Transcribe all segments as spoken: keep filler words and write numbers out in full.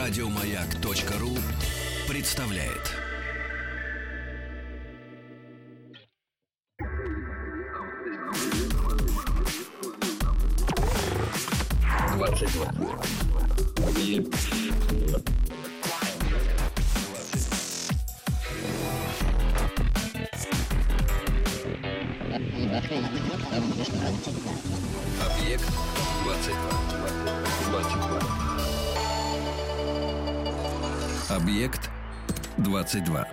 Радиомаяк.ру представляет. двадцать два. Объект двадцать два. Объект двадцать два.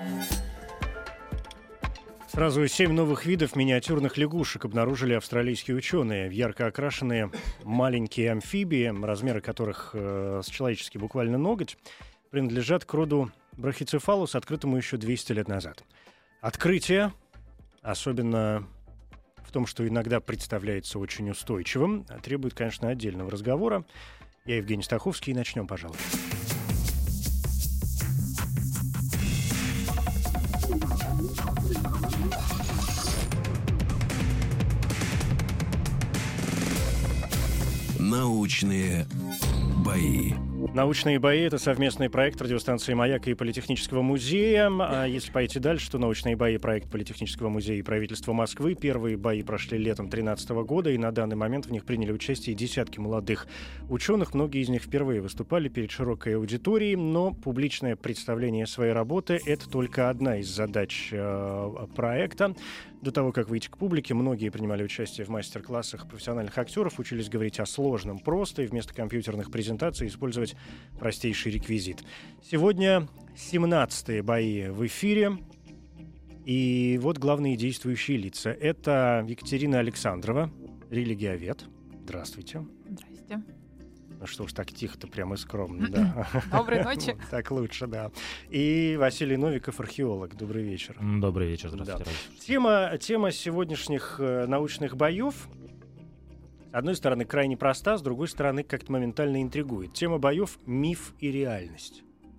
Сразу семь новых видов миниатюрных лягушек обнаружили австралийские ученые. Ярко окрашенные маленькие амфибии, размеры которых э, с человеческий буквально ноготь, принадлежат к роду брахицефалус, открытому еще двести лет назад. Открытие, особенно в том, что иногда представляется очень устойчивым, требует, конечно, отдельного разговора. Я Евгений Стаховский, и начнем, пожалуй. Научные бои. Научные бои — это совместный проект радиостанции «Маяк» и Политехнического музея. А если пойти дальше, то научные бои — проект Политехнического музея и правительства Москвы. Первые бои прошли летом две тысячи тринадцатого года, и на данный момент в них приняли участие десятки молодых ученых. Многие из них впервые выступали перед широкой аудиторией, но публичное представление своей работы — это только одна из задач э, проекта. До того, как выйти к публике, многие принимали участие в мастер-классах профессиональных актеров, учились говорить о сложном просто и вместо компьютерных презентаций использовать простейший реквизит. Сегодня семнадцатые бои в эфире. И вот главные действующие лица. Это Екатерина Александрова, религиовед. Здравствуйте. Здрасте. Ну что ж, так тихо-то, прямо и скромно, да. Доброй ночи. Так лучше, да. И Василий Новиков, археолог. Добрый вечер. Добрый вечер, здравствуйте. Тема, тема сегодняшних э, научных боев, с одной стороны, крайне проста, с другой стороны, как-то моментально интригует. Тема боев — миф и реальность.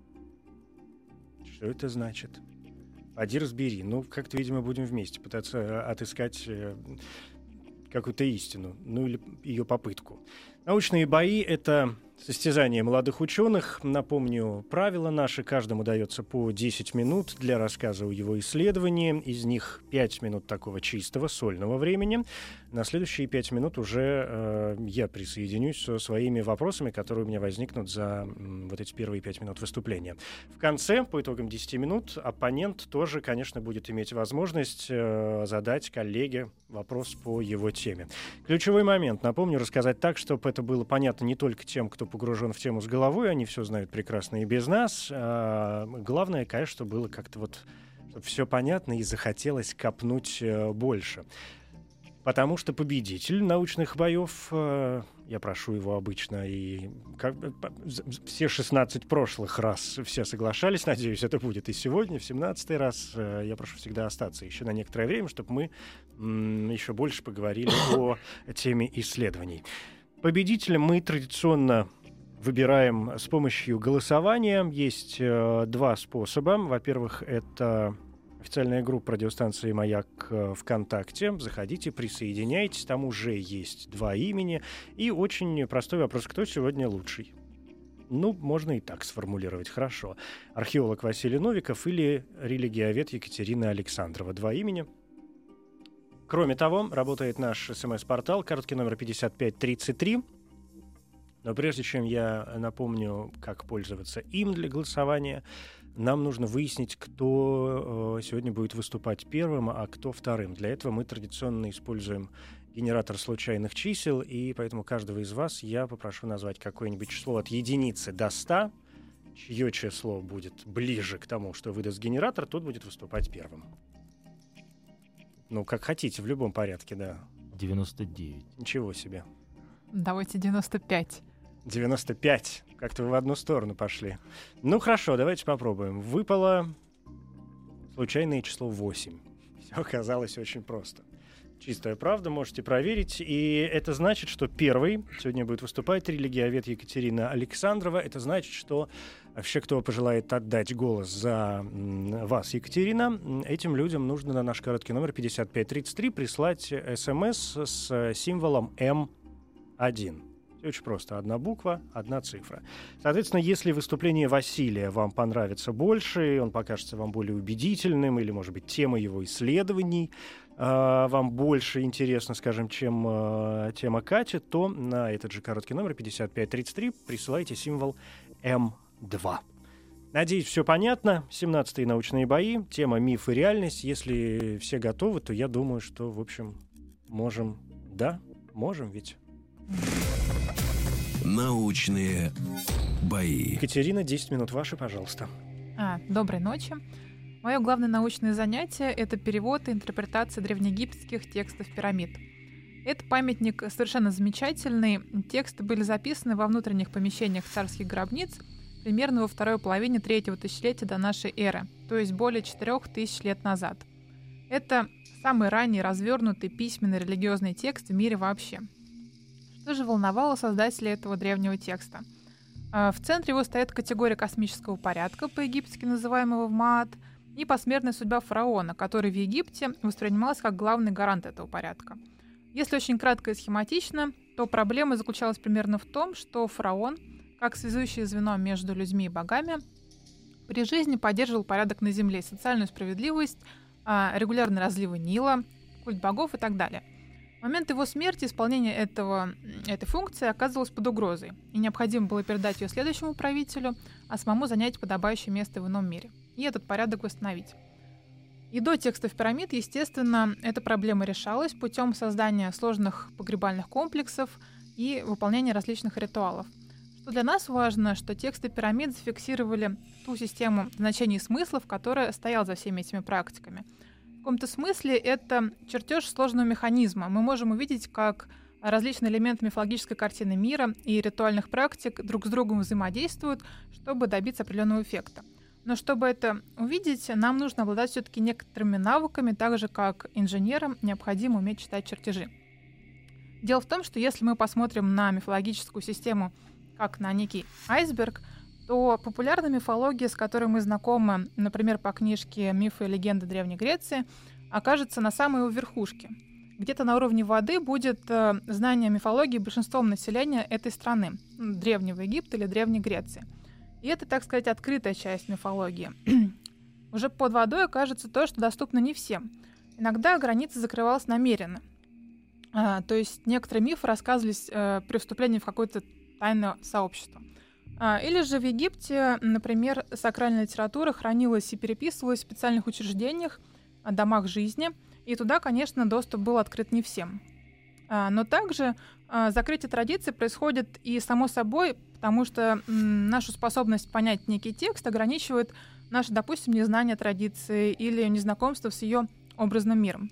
Что это значит? Поди разбери. Ну, как-то, видимо, будем вместе пытаться отыскать э, какую-то истину, ну или ее попытку. Научные бои — это состязание молодых ученых. Напомню, правила наши. Каждому дается по десять минут для рассказа о его исследовании. Из них пять минут такого чистого, сольного времени. На следующие пять минут уже э, я присоединюсь со своими вопросами, которые у меня возникнут за м, вот эти первые пять минут выступления. В конце, по итогам десяти минут, оппонент тоже, конечно, будет иметь возможность э, задать коллеге вопрос по его теме. Ключевой момент, напомню, рассказать так, чтобы это было понятно не только тем, кто погружен в тему с головой, они все знают прекрасно и без нас. А главное, конечно, чтобы было как-то вот, чтобы все понятно и захотелось копнуть э, больше. Потому что победитель научных боев, э, я прошу его обычно, и как, все шестнадцать прошлых раз все соглашались, надеюсь, это будет и сегодня, в семнадцатый раз, э, я прошу всегда остаться еще на некоторое время, чтобы мы м, еще больше поговорили о теме исследований. Победителя мы традиционно выбираем с помощью голосования. Есть э, два способа. Во-первых, это официальная группа радиостанции «Маяк» ВКонтакте. Заходите, присоединяйтесь. Там уже есть два имени. И очень простой вопрос: кто сегодня лучший? Ну, можно и так сформулировать. Хорошо. Археолог Василий Новиков или религиовед Екатерина Александрова. Два имени. Кроме того, работает наш смс-портал, короткий номер пятьдесят пять тридцать три. Но прежде чем я напомню, как пользоваться им для голосования, нам нужно выяснить, кто э, сегодня будет выступать первым, а кто вторым. Для этого мы традиционно используем генератор случайных чисел, и поэтому каждого из вас я попрошу назвать какое-нибудь число от единицы до ста. Чье число будет ближе к тому, что выдаст генератор, тот будет выступать первым. Ну, как хотите, в любом порядке, да. девяносто девять. Ничего себе. Давайте девяносто пять. девяносто пять. Как-то вы в одну сторону пошли. Ну, хорошо, давайте попробуем. Выпало случайное число восемь. Все оказалось очень просто. Чистая правда, можете проверить. И это значит, что первый сегодня будет выступать религиовед Екатерина Александрова. Это значит, что все, кто пожелает отдать голос за вас, Екатерина, этим людям нужно на наш короткий номер пятьдесят пять тридцать три прислать смс с символом эм один. Все очень просто. Одна буква, одна цифра. Соответственно, если выступление Василия вам понравится больше, он покажется вам более убедительным, или, может быть, тема его исследований э, вам больше интересна, скажем, чем э, тема Кати, то на этот же короткий номер пятьдесят пять тридцать три присылайте символ эм два. Надеюсь, все понятно. семнадцатые научные бои. Тема «Миф и реальность». Если все готовы, то я думаю, что, в общем, можем... Да, можем ведь. Научные бои. Екатерина, десять минут ваши, пожалуйста. А, доброй ночи. Мое главное научное занятие — это перевод и интерпретация древнеегипетских текстов пирамид. Это памятник совершенно замечательный. Тексты были записаны во внутренних помещениях царских гробниц примерно во второй половине третьего тысячелетия до нашей эры, то есть более четырех тысяч лет назад. Это самый ранний развернутый письменный религиозный текст в мире вообще. Что же волновало создателей этого древнего текста? В центре его стоит категория космического порядка, по-египетски называемого Маат, и посмертная судьба фараона, который в Египте воспринимался как главный гарант этого порядка. Если очень кратко и схематично, то проблема заключалась примерно в том, что фараон, как связующее звено между людьми и богами, при жизни поддерживал порядок на земле, социальную справедливость, регулярные разливы Нила, культ богов и так далее. В момент его смерти исполнение этого, этой функции оказывалось под угрозой, и необходимо было передать ее следующему правителю, а самому занять подобающее место в ином мире, и этот порядок восстановить. И до текстов пирамид, естественно, эта проблема решалась путем создания сложных погребальных комплексов и выполнения различных ритуалов. Что для нас важно, что тексты пирамид зафиксировали ту систему значений и смыслов, которая стояла за всеми этими практиками. В каком-то смысле это чертеж сложного механизма. Мы можем увидеть, как различные элементы мифологической картины мира и ритуальных практик друг с другом взаимодействуют, чтобы добиться определенного эффекта. Но чтобы это увидеть, нам нужно обладать все-таки некоторыми навыками, так же как инженерам необходимо уметь читать чертежи. Дело в том, что если мы посмотрим на мифологическую систему как на некий айсберг, то популярная мифология, с которой мы знакомы, например, по книжке «Мифы и легенды Древней Греции», окажется на самой его верхушке. Где-то на уровне воды будет э, знание мифологии большинством населения этой страны, Древнего Египта или Древней Греции. И это, так сказать, открытая часть мифологии. Уже под водой окажется то, что доступно не всем. Иногда граница закрывалась намеренно. А, то есть некоторые мифы рассказывались э, при вступлении в какое-то тайное сообщество. А, или же в Египте, например, сакральная литература хранилась и переписывалась в специальных учреждениях, домах жизни, и туда, конечно, доступ был открыт не всем. А, но также а, закрытие традиции происходит и само собой, потому что м, нашу способность понять некий текст ограничивает наше, допустим, незнание традиции или незнакомство с ее образным миром.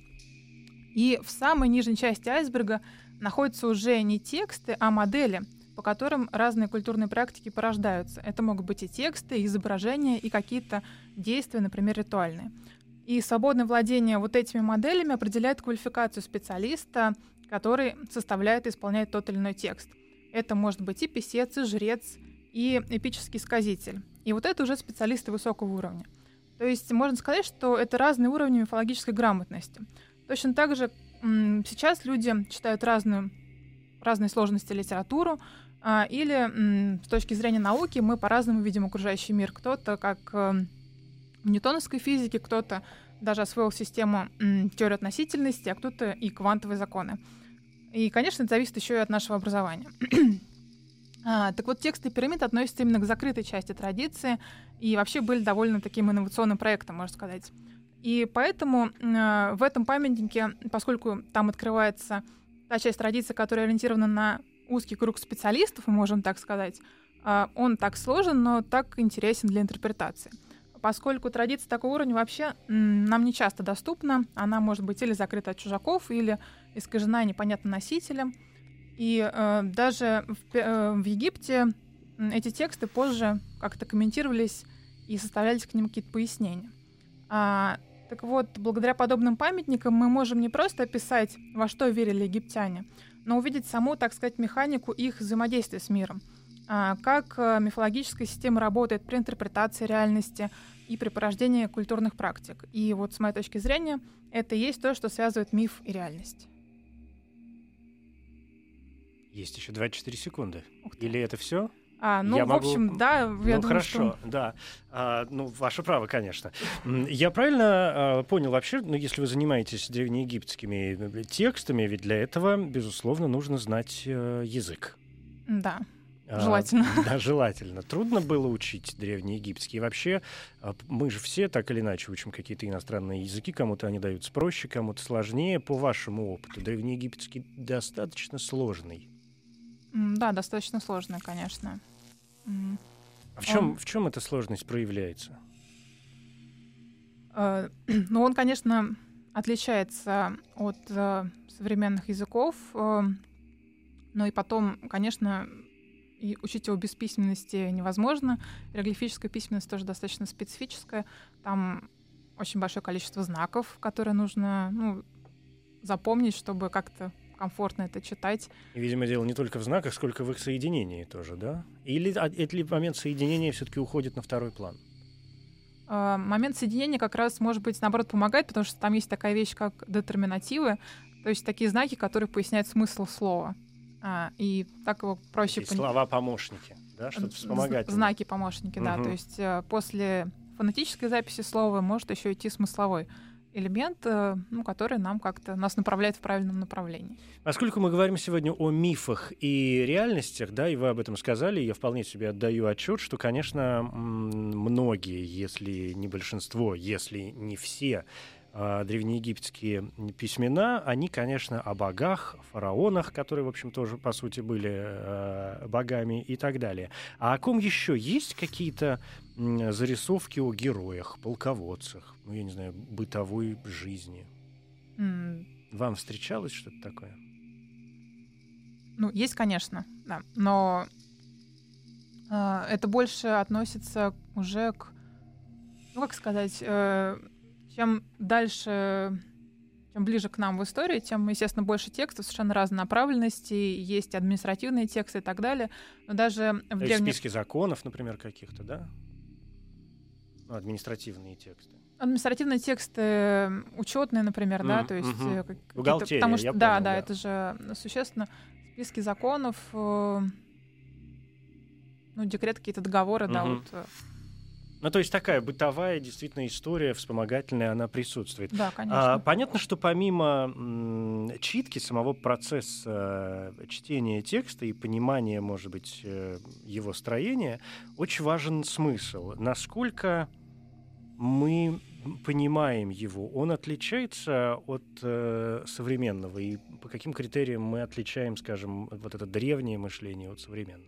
И в самой нижней части айсберга находятся уже не тексты, а модели, по которым разные культурные практики порождаются. Это могут быть и тексты, и изображения, и какие-то действия, например, ритуальные. И свободное владение вот этими моделями определяет квалификацию специалиста, который составляет и исполняет тот или иной текст. Это может быть и писец, и жрец, и эпический сказитель. И вот это уже специалисты высокого уровня. То есть можно сказать, что это разные уровни мифологической грамотности. Точно так же м- сейчас люди читают разную, разные сложности литературу, а, или м- с точки зрения науки мы по-разному видим окружающий мир. Кто-то, как э, в ньютоновской физике, кто-то даже освоил систему м- теории относительности, а кто-то и квантовые законы. И, конечно, это зависит еще и от нашего образования. а, так вот, тексты пирамид относятся именно к закрытой части традиции и вообще были довольно таким инновационным проектом, можно сказать. И поэтому э, в этом памятнике, поскольку там открывается та часть традиции, которая ориентирована на узкий круг специалистов, мы можем так сказать, э, он так сложен, но так интересен для интерпретации. Поскольку традиция такого уровня вообще м, нам не часто доступна, она может быть или закрыта от чужаков, или искажена непонятным носителем. И э, даже в, э, в Египте эти тексты позже как-то комментировались и составлялись к ним какие-то пояснения. А, так вот, благодаря подобным памятникам мы можем не просто описать, во что верили египтяне, но увидеть саму, так сказать, механику их взаимодействия с миром. А, как а, мифологическая система работает при интерпретации реальности и при порождении культурных практик. И вот с моей точки зрения, это и есть то, что связывает миф и реальность. Есть еще двадцать четыре секунды. Ух ты. Или это все? А, ну, Я в могу- общем, да, я Ну, думаю, хорошо, что... да. А, ну, ваше право, конечно. М, Я правильно а, понял вообще, ну, если вы занимаетесь древнеегипетскими э, текстами, ведь для этого, безусловно, нужно знать э, язык. Да, А, желательно. Да, желательно. Трудно было учить древнеегипетский. И вообще, а, п- мы же все так или иначе учим какие-то иностранные языки. Кому-то они даются проще, кому-то сложнее. По вашему опыту, древнеегипетский достаточно сложный. М, Да, достаточно сложно, конечно. М. А в чем, Он- в чем эта сложность проявляется? Э, Ну, он, конечно, отличается от э, современных языков, э, но и потом, конечно, и учить его без письменности невозможно. Иероглифическая письменность тоже достаточно специфическая. Там очень большое количество знаков, которые нужно, ну, запомнить, чтобы как-то комфортно это читать. И, видимо, дело не только в знаках, сколько в их соединении тоже, да? Или а, этот ли момент соединения все-таки уходит на второй план? Э, Момент соединения как раз, может быть, наоборот, помогает, потому что там есть такая вещь, как детерминативы, то есть такие знаки, которые поясняют смысл слова. А, и так его проще Такие пон- слова-помощники, да, что-то З- вспомогательное. Знаки помощники, да. Мгм. То есть э, после фонетической записи слова может еще идти смысловой элемент, э, ну, который нам как-то нас направляет в правильном направлении. Поскольку мы говорим сегодня о мифах и реальностях, да, и вы об этом сказали, я вполне себе отдаю отчет, что, конечно, м, многие, если не большинство, если не все а, древнеегипетские письмена, они, конечно, о богах, фараонах, которые, в общем, тоже, по сути, были э, богами и так далее. А о ком еще есть какие-то м, зарисовки о героях, полководцах, ну, я не знаю, бытовой жизни? М, Вам встречалось что-то такое? Ну, есть, конечно, да. Но э, это больше относится уже к, ну, как сказать, э, чем дальше, чем ближе к нам в истории, тем, естественно, больше текстов совершенно разной направленности, есть административные тексты и так далее. Но даже в То есть древних... списки законов, например, каких-то, да? Ну, административные тексты. Административные тексты, учетные, например, да, Мгм, то есть мгм. э, как- какие-то- Бухгалтерия, потому что я да, понял, да, да. это же существенно. Списки законов, э, ну, декрет, какие-то договоры, да, Мгм. вот. э, Ну, то есть такая бытовая действительно история вспомогательная, она присутствует. Да, А, конечно. понятно, что помимо м, читки, самого процесса э, чтения текста и понимания, может быть, э, его строения, очень важен смысл. Насколько мы понимаем его, он отличается от э, современного, и по каким критериям мы отличаем, скажем, вот это древнее мышление от современного?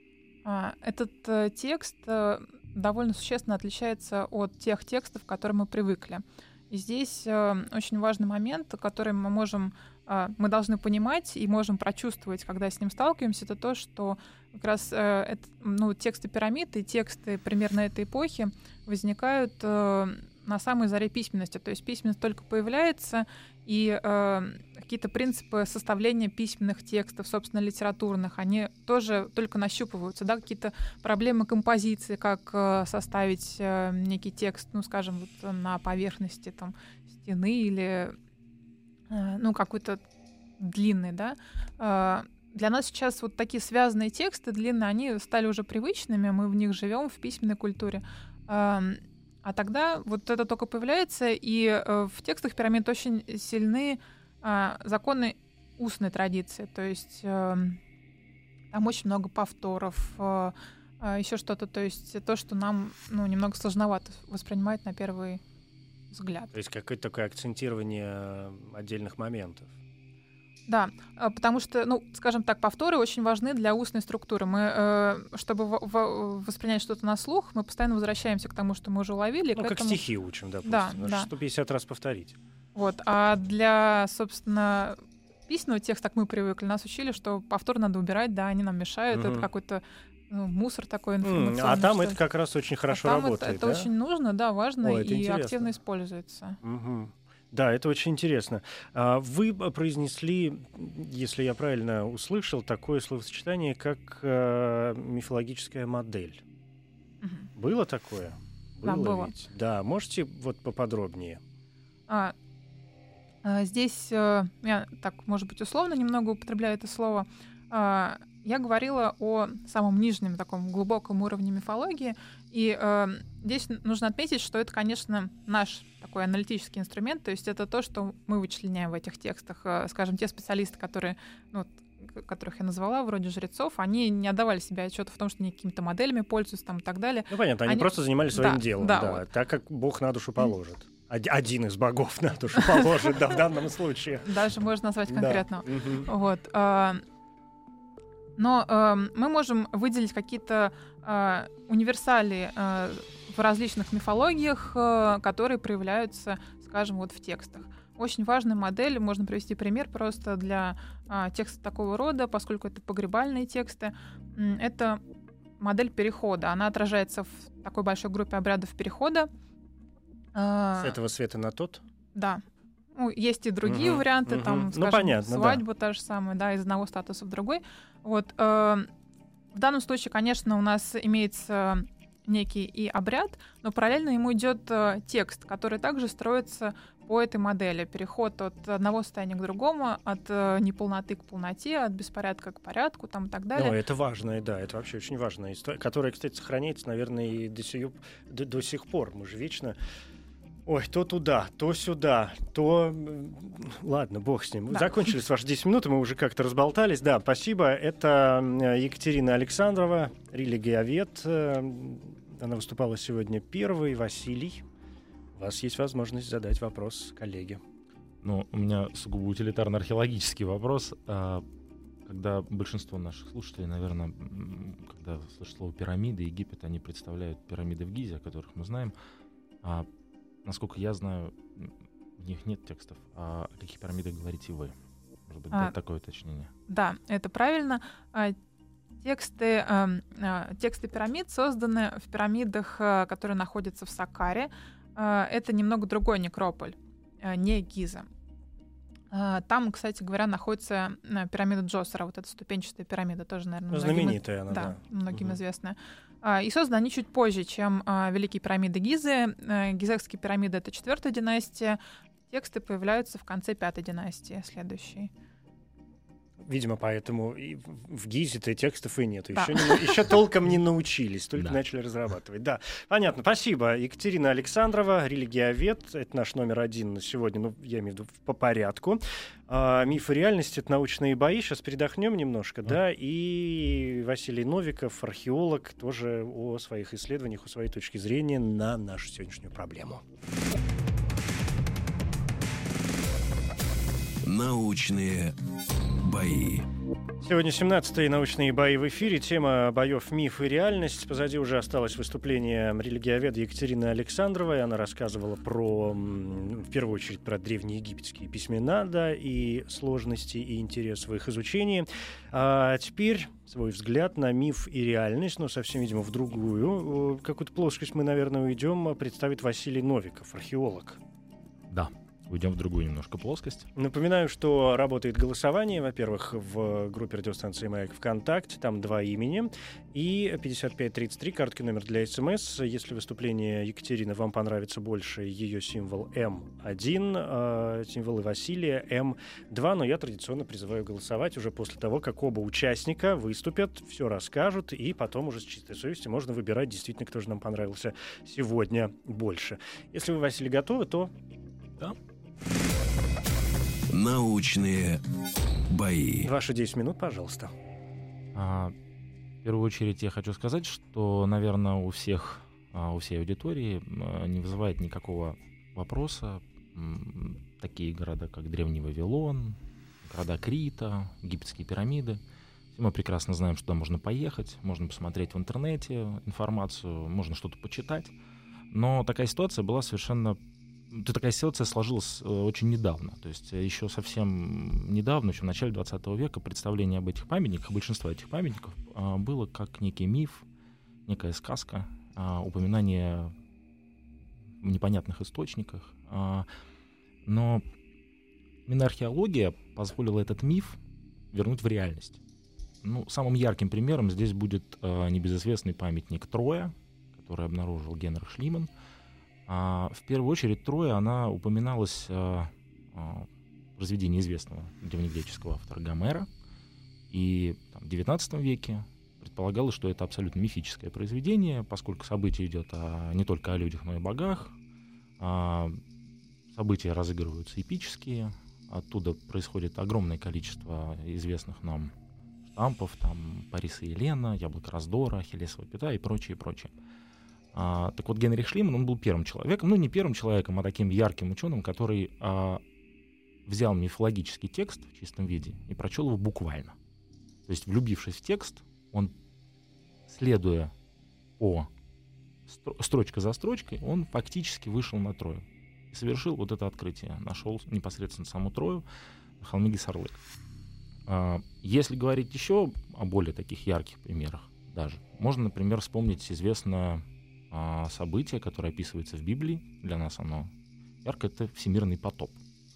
А, Этот э, текст э, довольно существенно отличается от тех текстов, к которым мы привыкли. И здесь э, очень важный момент, который мы можем, э, мы должны понимать и можем прочувствовать, когда с ним сталкиваемся, это то, что как раз э, это, ну, тексты пирамид и тексты примерно этой эпохи возникают э, на самой заре письменности. То есть письменность только появляется, и э, какие-то принципы составления письменных текстов, собственно, литературных, они тоже только нащупываются, да, какие-то проблемы композиции, как э, составить э, некий текст, ну, скажем, вот на поверхности там стены или, э, ну, какой-то длинный, да. Э, для нас сейчас вот такие связанные тексты длинные, они стали уже привычными, мы в них живем в письменной культуре. Эм, А тогда вот это только появляется, и э, в текстах пирамид очень сильны э, законы устной традиции. То есть э, там очень много повторов, э, э, еще что-то. То есть то, что нам, ну, немного сложновато воспринимать на первый взгляд. То есть какое-то такое акцентирование э, отдельных моментов. Да, э, потому что, ну, скажем так, повторы очень важны для устной структуры. Мы, э, чтобы в- в- воспринять что-то на слух, мы постоянно возвращаемся к тому, что мы уже уловили. и Ну, к как этому... стихи учим, допустим. Да, Надо да. сто пятьдесят раз повторить. Вот. А для, собственно, письменного текста, как мы привыкли, нас учили, что повтор надо убирать, да, они нам мешают, Мгм. это какой-то ну, мусор такой М, информационный. А там что это как раз очень хорошо а там работает, это, это да? очень нужно, да, важно О, это и интересно. активно используется. Мгм. Да, это очень интересно. А Вы б- произнесли, если я правильно услышал, такое словосочетание, как э, мифологическая модель. Мгм. Было такое? Да, было. Ведь? Да, можете вот поподробнее? А, а, здесь э, я так, может быть, условно немного употребляю это слово. Я говорила о самом нижнем таком глубоком уровне мифологии, и э, здесь нужно отметить, что это, конечно, наш такой аналитический инструмент, то есть это то, что мы вычленяем в этих текстах. Э, скажем, те специалисты, которые, ну, которых я назвала, вроде жрецов, они не отдавали себе отчета в том, что они какими-то моделями пользуются там, и так далее. Ну, понятно, они, они... просто занимались своим да, делом, да, да, вот. Так как Бог на душу положит. Один из богов на душу положит, да, в данном случае. Даже можно назвать конкретно. Вот. Но э, мы можем выделить какие-то э, универсали э, в различных мифологиях, э, которые проявляются, скажем, вот в текстах. Очень важная модель, можно привести пример просто для э, текста такого рода, поскольку это погребальные тексты. Э, это модель перехода. Она отражается в такой большой группе обрядов перехода. С этого света на тот? Да. Ну, есть и другие угу, варианты, угу. там, скажем, ну, понятно, свадьба да. та же самая, да, из одного статуса в другой. Вот, э, в данном случае, конечно, у нас имеется некий и обряд, но параллельно ему идет э, текст, который также строится по этой модели. Переход от одного состояния к другому, от э, неполноты к полноте, от беспорядка к порядку, там, и так далее. Ну, это важно, да, это вообще очень важная история, которая, кстати, сохраняется, наверное, и до, сию, до, до сих пор. Мы же вечно... Ой, то туда, то сюда, то... Ладно, бог с ним. Да. Закончились ваши десять минут, мы уже как-то разболтались. Да, спасибо. Это Екатерина Александрова, религиовед. Она выступала сегодня первой. Василий, у вас есть возможность задать вопрос коллеге. Ну, у меня сугубо утилитарно-археологический вопрос. Когда большинство наших слушателей, наверное, когда слышат слово «пирамиды», Египет, они представляют пирамиды в Гизе, о которых мы знаем. Насколько я знаю, в них нет текстов. А о каких пирамидах говорите вы? Может быть, а, такое уточнение? Да, это правильно. Тексты, тексты пирамид созданы в пирамидах, которые находятся в Саккаре. Это немного другой некрополь, не Гиза. Там, кстати говоря, находится пирамида Джосера, вот эта ступенчатая пирамида, тоже, наверное, ну, знаменитая многим, она, да, да. многим угу. известная. И созданы они чуть позже, чем Великие пирамиды Гизы. Гизекские пирамиды — это четвертая династия. Тексты появляются в конце пятой династии, следующей. Видимо, поэтому и в Гизе-то текстов и нет. Да. Еще, не, еще толком не научились, только да. начали разрабатывать. Да, понятно. Спасибо. Екатерина Александрова, религиовед. Это наш номер один на сегодня. Ну, я имею в виду по порядку. А, миф и реальность — это научные бои. Сейчас передохнем немножко, mm. да. И Василий Новиков, археолог, тоже о своих исследованиях, о своей точке зрения на нашу сегодняшнюю проблему. Научные бои. Сегодня семнадцатые научные бои в эфире. Тема боев «Миф и реальность». Позади уже осталось выступление религиоведа Екатерины Александровой. Она рассказывала про, в первую очередь, про древнеегипетские письмена, да, и сложности и интерес в их изучении. А теперь свой взгляд на миф и реальность, но совсем, видимо, в другую какую-то плоскость мы, наверное, уйдем, представит Василий Новиков, археолог. Да. Уйдем в другую немножко плоскость. Напоминаю, что работает голосование, во-первых, в группе радиостанции «Маяк» ВКонтакте, там два имени, и пятьдесят пять тридцать три, короткий номер для СМС. Если выступление Екатерины вам понравится больше, ее символ эм один, э, символы Василия эм два, но я традиционно призываю голосовать уже после того, как оба участника выступят, все расскажут, и потом уже с чистой совестью можно выбирать действительно, кто же нам понравился сегодня больше. Если вы, Василий, готовы, то... Да. Научные бои. Ваши десять минут, пожалуйста. А, в первую очередь я хочу сказать, что, наверное, у всех, у всей аудитории не вызывает никакого вопроса такие города, как Древний Вавилон, города Крита, египетские пирамиды. Все мы прекрасно знаем, что туда можно поехать, можно посмотреть в интернете информацию, можно что-то почитать. Но такая ситуация была совершенно... Такая ситуация сложилась э, очень недавно. То есть еще совсем недавно, еще в начале двадцатого века, представление об этих памятниках, большинство этих памятников э, было как некий миф, некая сказка, э, упоминание в непонятных источниках. Э, но именно археология позволила этот миф вернуть в реальность. Ну, самым ярким примером здесь будет э, небезызвестный памятник Троя, который обнаружил Генрих Шлиман. А, в первую очередь Троя, она упоминалась а, а, в произведении известного древнегреческого автора Гомера. И там, в девятнадцатом веке предполагалось, что это абсолютно мифическое произведение, поскольку событие идет о, не только о людях, но и о богах. А, события разыгрываются эпические, оттуда происходит огромное количество известных нам штампов, там Парис и Елена, Яблоко раздора, Ахиллесова пята и прочее, прочее. А, так вот, Генрих Шлиман, он был первым человеком, ну не первым человеком, а таким ярким ученым, который а, взял мифологический текст в чистом виде и прочел его буквально. То есть, влюбившись в текст, он, следуя по стро- строчка за строчкой, он фактически вышел на Трою и совершил вот это открытие. Нашел непосредственно саму Трою на холме Гессарлык. А, если говорить еще о более таких ярких примерах даже, можно, например, вспомнить известное а, событие, которое описывается в Библии. Для нас оно ярко — это всемирный потоп.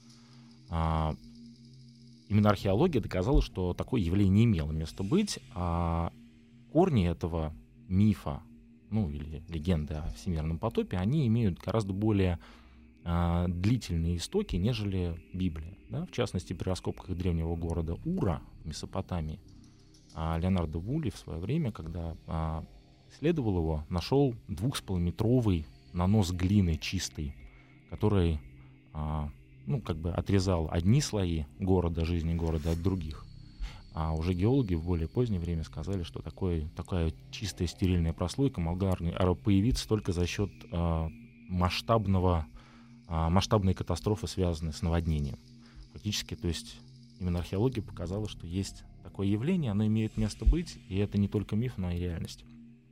А, именно археология доказала, что такое явление не имело места быть, а корни этого мифа, ну или легенды о всемирном потопе, они имеют гораздо более а, длительные истоки, нежели Библия. Да? В частности, при раскопках древнего города Ура в Месопотамии а, Леонардо Вулли в свое время, когда а, исследовал его, нашел двухсполометровый нанос глины чистой, который а, ну, как бы отрезал одни слои города, жизни города от других. А уже геологи в более позднее время сказали, что такое, такая чистая стерильная прослойка могла появиться только за счет а, масштабного, а, масштабной катастрофы, связанной с наводнением. Фактически, то есть именно археология показала, что есть такое явление, оно имеет место быть, и это не только миф, но и реальность.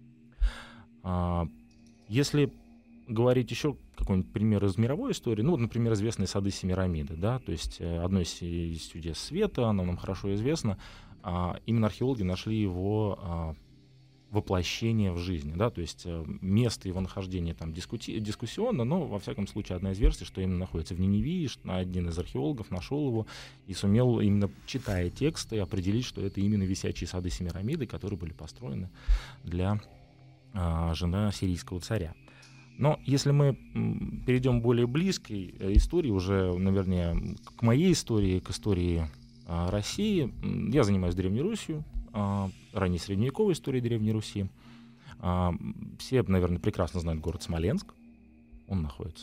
А, если говорить еще какой-нибудь пример из мировой истории, ну, вот, например, известные сады Семирамиды, да, то есть э, одно из, из чудес света, оно нам хорошо известно, а, именно археологи нашли его а, воплощение в жизни, да, то есть э, место его нахождения там дискути- дискуссионно, но, во всяком случае, одна из версий, что именно находится в Ниневии, что один из археологов нашел его и сумел, именно читая тексты, определить, что это именно висячие сады Семирамиды, которые были построены для а, жены ассирийского царя. Но если мы перейдем к более близкой истории, уже, наверное, к моей истории, к истории а, России, я занимаюсь Древней Русью, а, ранней средневековой историей Древней Руси. А, все, наверное, прекрасно знают город Смоленск. Он находится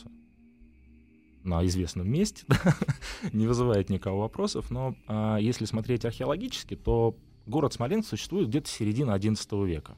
на известном месте, не вызывает никакого вопросов, но а, если смотреть археологически, то город Смоленск существует где-то с середины одиннадцатого века.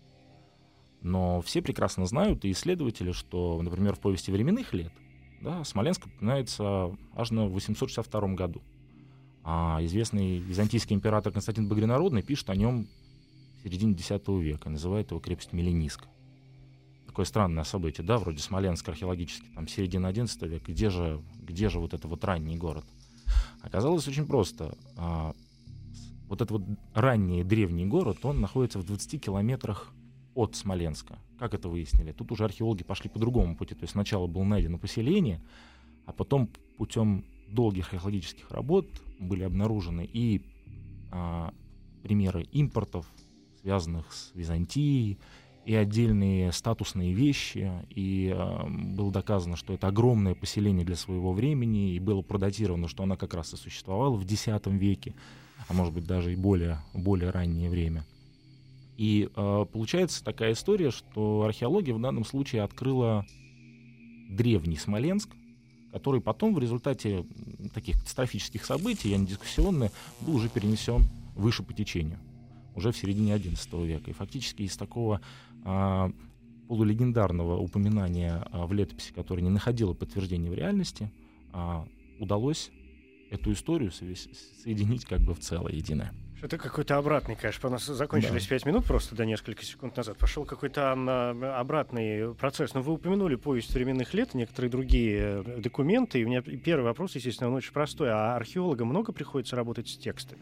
Но все прекрасно знают, и исследователи, что, например, в повести временных лет, да, Смоленск упоминается аж на восемьсот шестьдесят втором году. А известный византийский император Константин Багрянародный пишет о нем в середине десятого века, называет его крепость Мелениска. Такое странное событие, да, вроде Смоленск археологически, там, середина одиннадцатого века, где же, где же вот это вот ранний город? Оказалось очень просто. А, вот этот вот ранний древний город, он находится в двадцати километрах от Смоленска. Как это выяснили? Тут уже археологи пошли по другому пути. То есть сначала было найдено поселение, а потом путем долгих археологических работ были обнаружены и а, примеры импортов, связанных с Византией, и отдельные статусные вещи, и а, было доказано, что это огромное поселение для своего времени, и было продатировано, что оно как раз и существовало в десятом веке, а может быть даже и более, более раннее время. И э, получается такая история, что археология в данном случае открыла древний Смоленск, который потом в результате таких катастрофических событий, и они дискуссионные, был уже перенесен выше по течению, уже в середине одиннадцатого века. И фактически из такого э, полулегендарного упоминания э, в летописи, которое не находило подтверждения в реальности, э, удалось эту историю соединить как бы в целое единое. Это какой-то обратный, конечно. У нас закончились пять да. минут просто до нескольких секунд назад. Пошел какой-то а, обратный процесс. Но вы упомянули повесть временных лет, некоторые другие документы. И у меня первый вопрос, естественно, он очень простой. А археологам много приходится работать с текстами?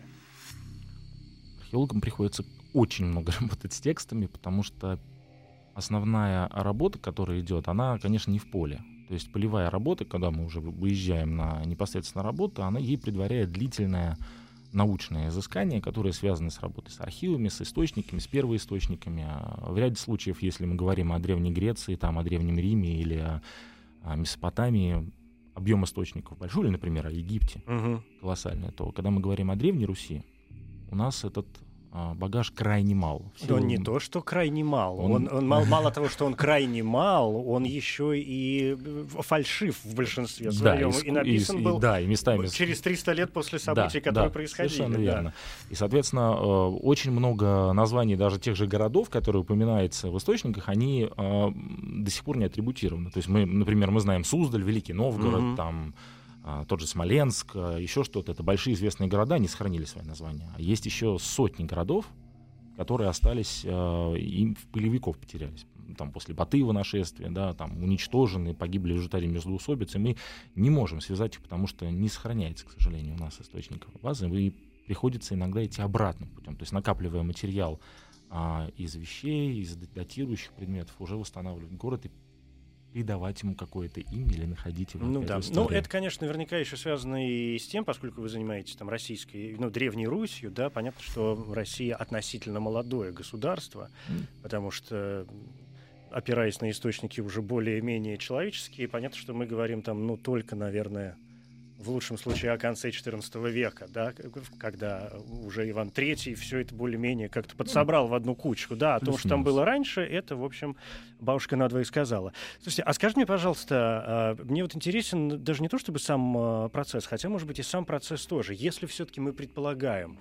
Археологам приходится очень много работать с текстами, потому что основная работа, которая идет, она, конечно, не в поле. То есть полевая работа, когда мы уже выезжаем на непосредственно работу, она ей предваряет длительное научное изыскание, которые связаны с работой с архивами, с источниками, с первоисточниками. В ряде случаев, если мы говорим о Древней Греции, там, о Древнем Риме или о, о Месопотамии, объем источников большой, или, например, о Египте, угу. колоссальный, то когда мы говорим о Древней Руси, у нас этот а, багаж крайне мал. Да он не то, что крайне мал. Он, он, он мало, мало того, что он крайне мал, он еще и фальшив в большинстве своем. Да, и, и написан и, был и, да, и местами через триста лет после событий, да, которые да, происходили. Совершенно да. верно. И, соответственно, очень много названий даже тех же городов, которые упоминаются в источниках, они до сих пор не атрибутированы. То есть мы, например, мы знаем Суздаль, Великий Новгород, mm-hmm. там тот же Смоленск, еще что-то. Это большие известные города, не сохранили свои названия. А есть еще сотни городов, которые остались, э, им в пылевиков потерялись. Там после Батыева нашествия, да, там уничтожены, погибли в результате междоусобицы. Мы не можем связать их, потому что не сохраняется, к сожалению, у нас источников базы. И приходится иногда идти обратным путем. То есть накапливая материал а, из вещей, из датирующих предметов, уже восстанавливать город и придавать ему какое-то имя или находить его. Ну да. Ну, это, конечно, наверняка еще связано и с тем, поскольку вы занимаетесь там российской, ну, Древней Русью, да, понятно, что Россия относительно молодое государство, mm. потому что, опираясь на источники уже более-менее человеческие, понятно, что мы говорим там, ну, только, наверное, в лучшем случае о конце четырнадцатого века, да, когда уже Иван Третий все это более-менее как-то подсобрал в одну кучку. Да, о том, что там было раньше, это, в общем, бабушка надвое сказала. Слушайте, а скажите мне, пожалуйста, мне вот интересен даже не то чтобы сам процесс, хотя, может быть, и сам процесс тоже. Если все-таки мы предполагаем,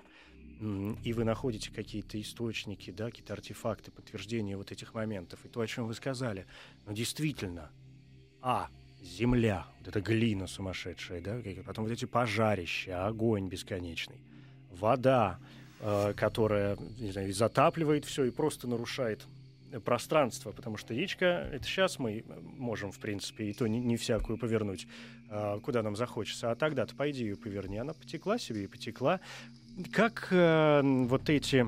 и вы находите какие-то источники, да, какие-то артефакты, подтверждения вот этих моментов, и то, о чем вы сказали, ну, действительно, а, земля, вот эта глина сумасшедшая, да, потом вот эти пожарища, огонь бесконечный, вода, э, которая, не знаю, затапливает все и просто нарушает пространство, потому что речка, это сейчас мы можем, в принципе, и то не, не всякую повернуть, э, куда нам захочется, а тогда-то пойди ее поверни, она потекла себе и потекла. Как э, вот эти,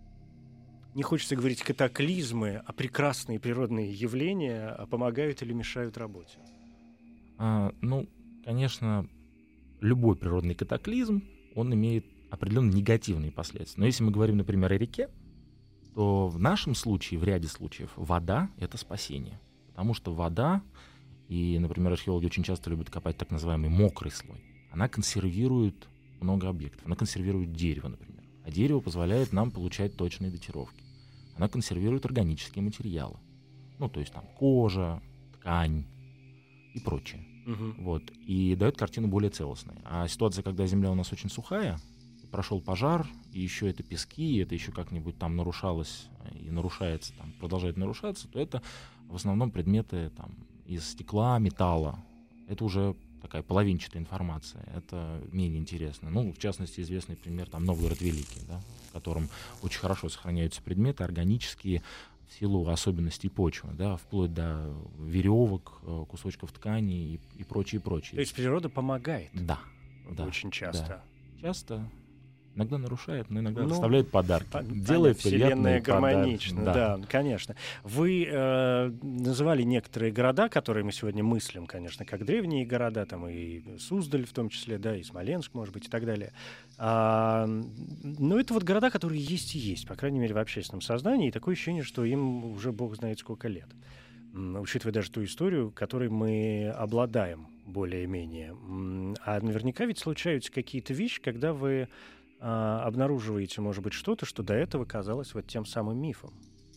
не хочется говорить катаклизмы, а прекрасные природные явления помогают или мешают работе? А, ну, конечно, любой природный катаклизм, он имеет определенно негативные последствия. Но если мы говорим, например, о реке, то в нашем случае, в ряде случаев, вода — это спасение. Потому что вода, и, например, археологи очень часто любят копать так называемый мокрый слой, она консервирует много объектов. Она консервирует дерево, например. А дерево позволяет нам получать точные датировки. Она консервирует органические материалы. Ну, то есть там кожа, ткань и прочее. Uh-huh. Вот. И дает картину более целостной. А ситуация, когда земля у нас очень сухая, прошел пожар, и еще это пески, и это еще как-нибудь там нарушалось и нарушается, там, продолжает нарушаться, то это в основном предметы там, из стекла, металла. Это уже такая половинчатая информация. Это менее интересно. Ну, в частности, известный пример там Новгород Великий, да, в котором очень хорошо сохраняются предметы органические, в силу особенностей почвы, да, вплоть до веревок, кусочков ткани и, и прочее, прочее. То есть природа помогает? Да. да очень часто. Да. Часто. Иногда нарушает, но иногда ну, оставляет подарки. По- Делает Вселенная гармонична, да. да, конечно. Вы э, называли некоторые города, которые мы сегодня мыслим, конечно, как древние города, там и Суздаль в том числе, да, и Смоленск, может быть, и так далее. А, но это вот города, которые есть и есть, по крайней мере, в общественном сознании, и такое ощущение, что им уже бог знает сколько лет. Учитывая даже ту историю, которой мы обладаем более-менее. А наверняка ведь случаются какие-то вещи, когда вы а, обнаруживаете, может быть, что-то, что до этого казалось вот тем самым мифом.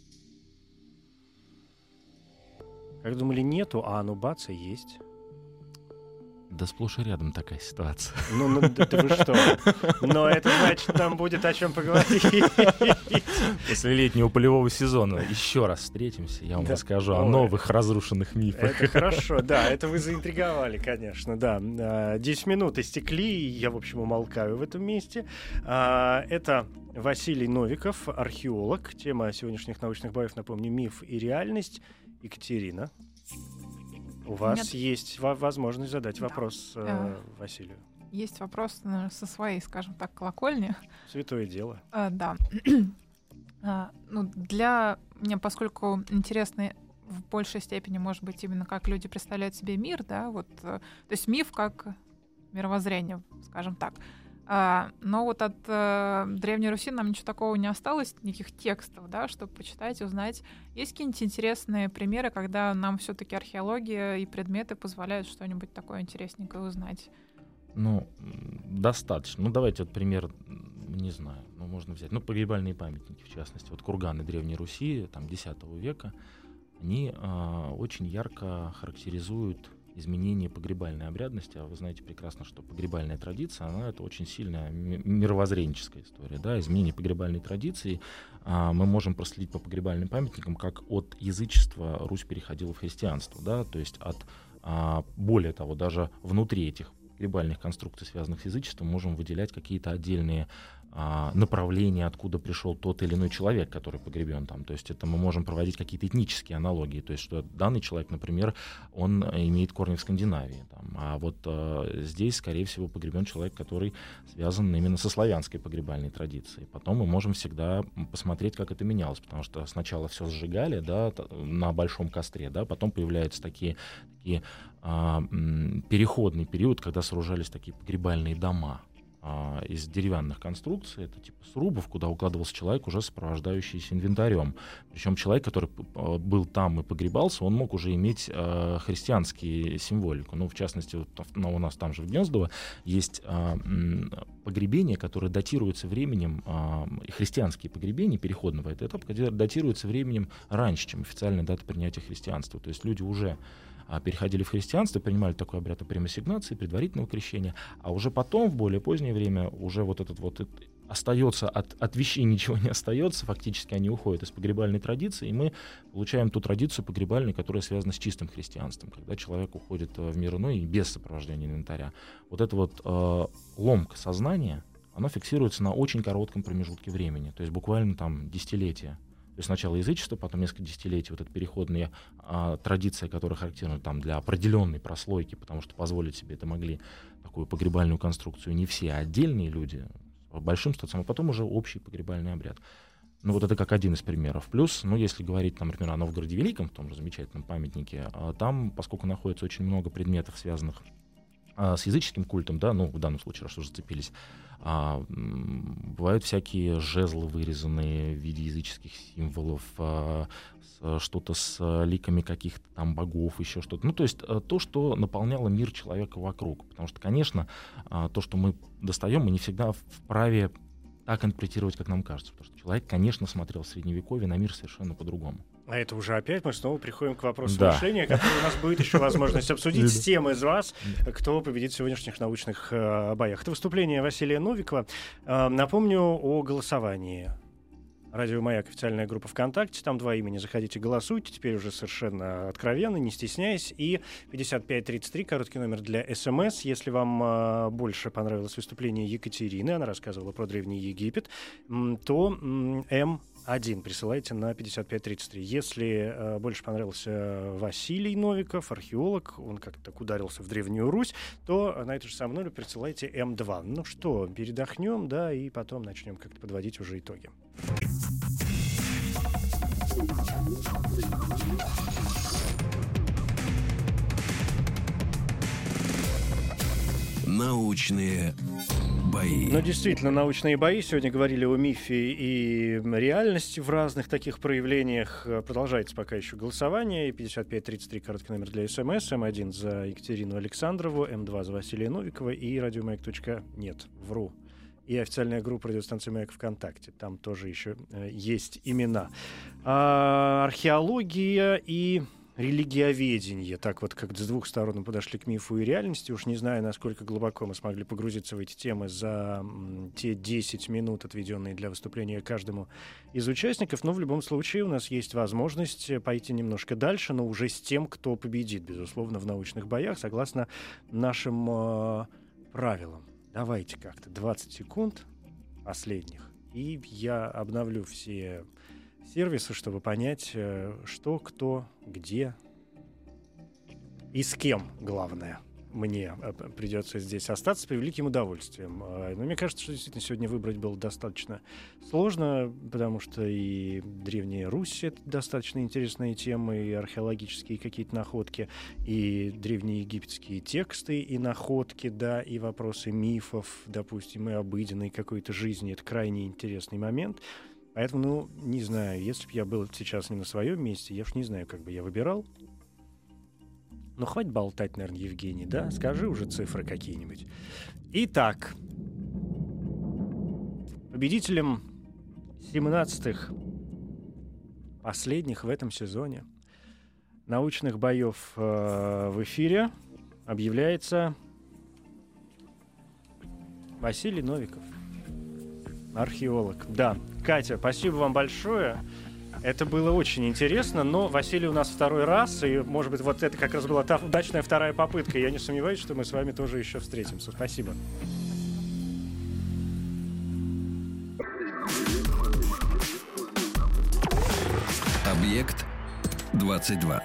Как думали, нету, а оно бац, и есть. Да сплошь и рядом такая ситуация. Ну, ну да, да вы что? Но это значит, нам будет о чем поговорить. После летнего полевого сезона еще раз встретимся, я вам да. расскажу Ой. о новых разрушенных мифах. Это хорошо, да, это вы заинтриговали, конечно, да. Десять минут истекли, и я, в общем, умолкаю в этом месте. Это Василий Новиков, археолог. Тема сегодняшних научных боев, напомню, миф и реальность. Екатерина, у вас Нет. есть возможность задать да. вопрос э, Василию. Есть вопрос наверное, со своей, скажем так, колокольни. Святое дело. А, да. а, ну, для меня, поскольку интересно в большей степени, может быть, именно как люди представляют себе мир, да, вот, то есть миф как мировоззрение, скажем так. А, но вот от э, Древней Руси нам ничего такого не осталось, никаких текстов, да, чтобы почитать, узнать. Есть какие-нибудь интересные примеры, когда нам все-таки археология и предметы позволяют что-нибудь такое интересненькое узнать? Ну, достаточно. Ну, давайте вот пример не знаю, ну, можно взять, ну, погребальные памятники, в частности, вот курганы Древней Руси, там, десятого века, они э, очень ярко характеризуют изменение погребальной обрядности. А вы знаете прекрасно, что погребальная традиция, она это очень сильная мировоззренческая история, да, изменение погребальной традиции. А, мы можем проследить по погребальным памятникам, как от язычества Русь переходила в христианство, да, то есть от, а, более того, даже внутри этих погребальных конструкций, связанных с язычеством, можем выделять какие-то отдельные а, направления, откуда пришел тот или иной человек, который погребен там. То есть это мы можем проводить какие-то этнические аналогии. То есть что данный человек, например, он имеет корни в Скандинавии. Там, а вот а, здесь, скорее всего, погребен человек, который связан именно со славянской погребальной традицией. Потом мы можем всегда посмотреть, как это менялось. Потому что сначала все сжигали, да, на большом костре, да, потом появляются такие, такие а, м, переходный период, когда сооружались такие погребальные дома из деревянных конструкций, это типа срубов, куда укладывался человек, уже сопровождающийся инвентарем. Причем человек, который был там и погребался, он мог уже иметь э, христианские символику. Ну, в частности, вот, ну, у нас там же в Гнездово есть э, погребения, которые датируются временем, э, христианские погребения переходного этапа, которые датируются временем раньше, чем официальная дата принятия христианства. То есть люди уже переходили в христианство, принимали такой обряд примасигнации, предварительного крещения, а уже потом, в более позднее время, уже вот этот вот остается, от, от вещей ничего не остается, фактически они уходят из погребальной традиции, и мы получаем ту традицию погребальную, которая связана с чистым христианством, когда человек уходит в мир иной и без сопровождения инвентаря. Вот эта вот э, ломка сознания, она фиксируется на очень коротком промежутке времени, то есть буквально там десятилетия. То есть сначала язычество, потом несколько десятилетий, вот эта переходная а, традиция, которая характерна там, для определенной прослойки, потому что позволить себе это могли, такую погребальную конструкцию, не все, а отдельные люди, с большим статусом, а потом уже общий погребальный обряд. Ну вот это как один из примеров. Плюс, ну если говорить, там, например, о Новгороде Великом, в том же замечательном памятнике, а, там, поскольку находится очень много предметов, связанных а, с языческим культом, да, ну в данном случае, раз уже зацепились, А, бывают всякие жезлы, вырезанные в виде языческих символов, а, с, что-то с ликами каких-то там богов, еще что-то. Ну, то есть а, то, что наполняло мир человека вокруг. Потому что, конечно, а, то, что мы достаем, мы не всегда вправе так интерпретировать, как нам кажется. Потому что человек, конечно, смотрел в Средневековье на мир совершенно по-другому. А это уже опять мы снова приходим к вопросу да. мышления, который у нас будет еще возможность обсудить с тем из вас, кто победит в сегодняшних научных э, боях. Это выступление Василия Новикова. Э, напомню о голосовании. Радио «Маяк» — официальная группа ВКонтакте. Там два имени. Заходите, голосуйте. Теперь уже совершенно откровенно, не стесняясь. И пятьдесят пять тридцать три, короткий номер для СМС. Если вам э, больше понравилось выступление Екатерины, она рассказывала про Древний Египет, то М один присылайте на пятьдесят пять тридцать три. Если э, больше понравился Василий Новиков, археолог, он как-то так ударился в Древнюю Русь, то на эту же самую номер присылайте М два. Ну что, передохнем, да, и потом начнем как-то подводить уже итоги. Научные бои. Ну, действительно, научные бои. Сегодня говорили о мифе и реальности в разных таких проявлениях. Продолжается пока еще голосование. пятьдесят пять тридцать три, короткий номер для СМС. Эм один за Екатерину Александрову, Эм два за Василия Новикова и радиомаяк точка нет. Вру. И официальная группа радиостанции «Маяк» ВКонтакте. Там тоже еще э, есть имена. А, археология и религиоведение. Так вот, как с двух сторон мы подошли к мифу и реальности. Уж не знаю, насколько глубоко мы смогли погрузиться в эти темы за м, те десять минут, отведенные для выступления каждому из участников. Но в любом случае у нас есть возможность пойти немножко дальше, но уже с тем, кто победит, безусловно, в научных боях, согласно нашим э, правилам. Давайте как-то двадцать секунд последних, и я обновлю все сервисы, чтобы понять, что, кто, где и с кем, главное, мне придется здесь остаться с превеликим удовольствием. Но мне кажется, что действительно сегодня выбрать было достаточно сложно, потому что и Древняя Русь — это достаточно интересные темы, и археологические какие-то находки, и древнеегипетские тексты и находки, да, и вопросы мифов, допустим, и обыденной какой-то жизни. Это крайне интересный момент. Поэтому, ну, не знаю, если бы я был сейчас не на своем месте, я уж не знаю, как бы я выбирал. Ну, хватит болтать, наверное, Евгений, да? Скажи уже цифры какие-нибудь. Итак, Победителем семнадцатых, последних в этом сезоне, научных боев э, в эфире объявляется Василий Новиков, археолог. Да, Катя, спасибо вам большое. Это было очень интересно, но Василий у нас второй раз, и, может быть, вот это как раз была та удачная вторая попытка. Я не сомневаюсь, что мы с вами тоже еще встретимся. Спасибо. Объект двадцать два.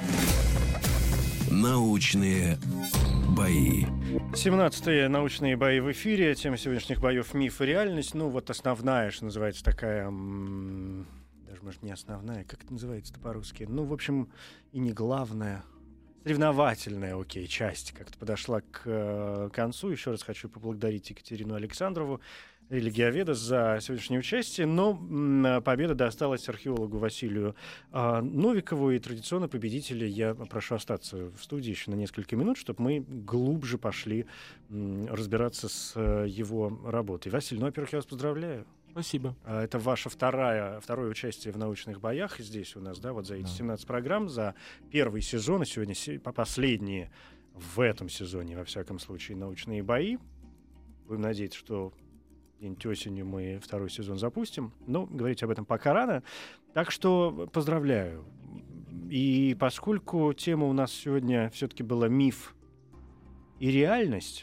Научные бои. семнадцатые научные бои в эфире. Тема сегодняшних боев — миф и реальность. Ну, вот основная, что называется, такая... М- даже, может, не основная. Как это называется-то по-русски? Ну, в общем, и не главная. Соревновательная, окей, часть как-то подошла к э, концу. Еще раз хочу поблагодарить Екатерину Александрову, религиоведа, за сегодняшнее участие. Но м, победа досталась археологу Василию э, Новикову. И традиционно победителя я прошу остаться в студии еще на несколько минут, чтобы мы глубже пошли м, разбираться с э, его работой. Василий, ну, во-первых, я вас поздравляю. Спасибо. Это ваше второе, второе участие в научных боях здесь у нас, да, вот за эти семнадцать программ, за первый сезон, и сегодня последние в этом сезоне, во всяком случае, научные бои. Будем надеяться, что где-нибудь осенью мы второй сезон запустим, но говорить об этом пока рано. Так что поздравляю. И поскольку тема у нас сегодня все-таки была миф и реальность,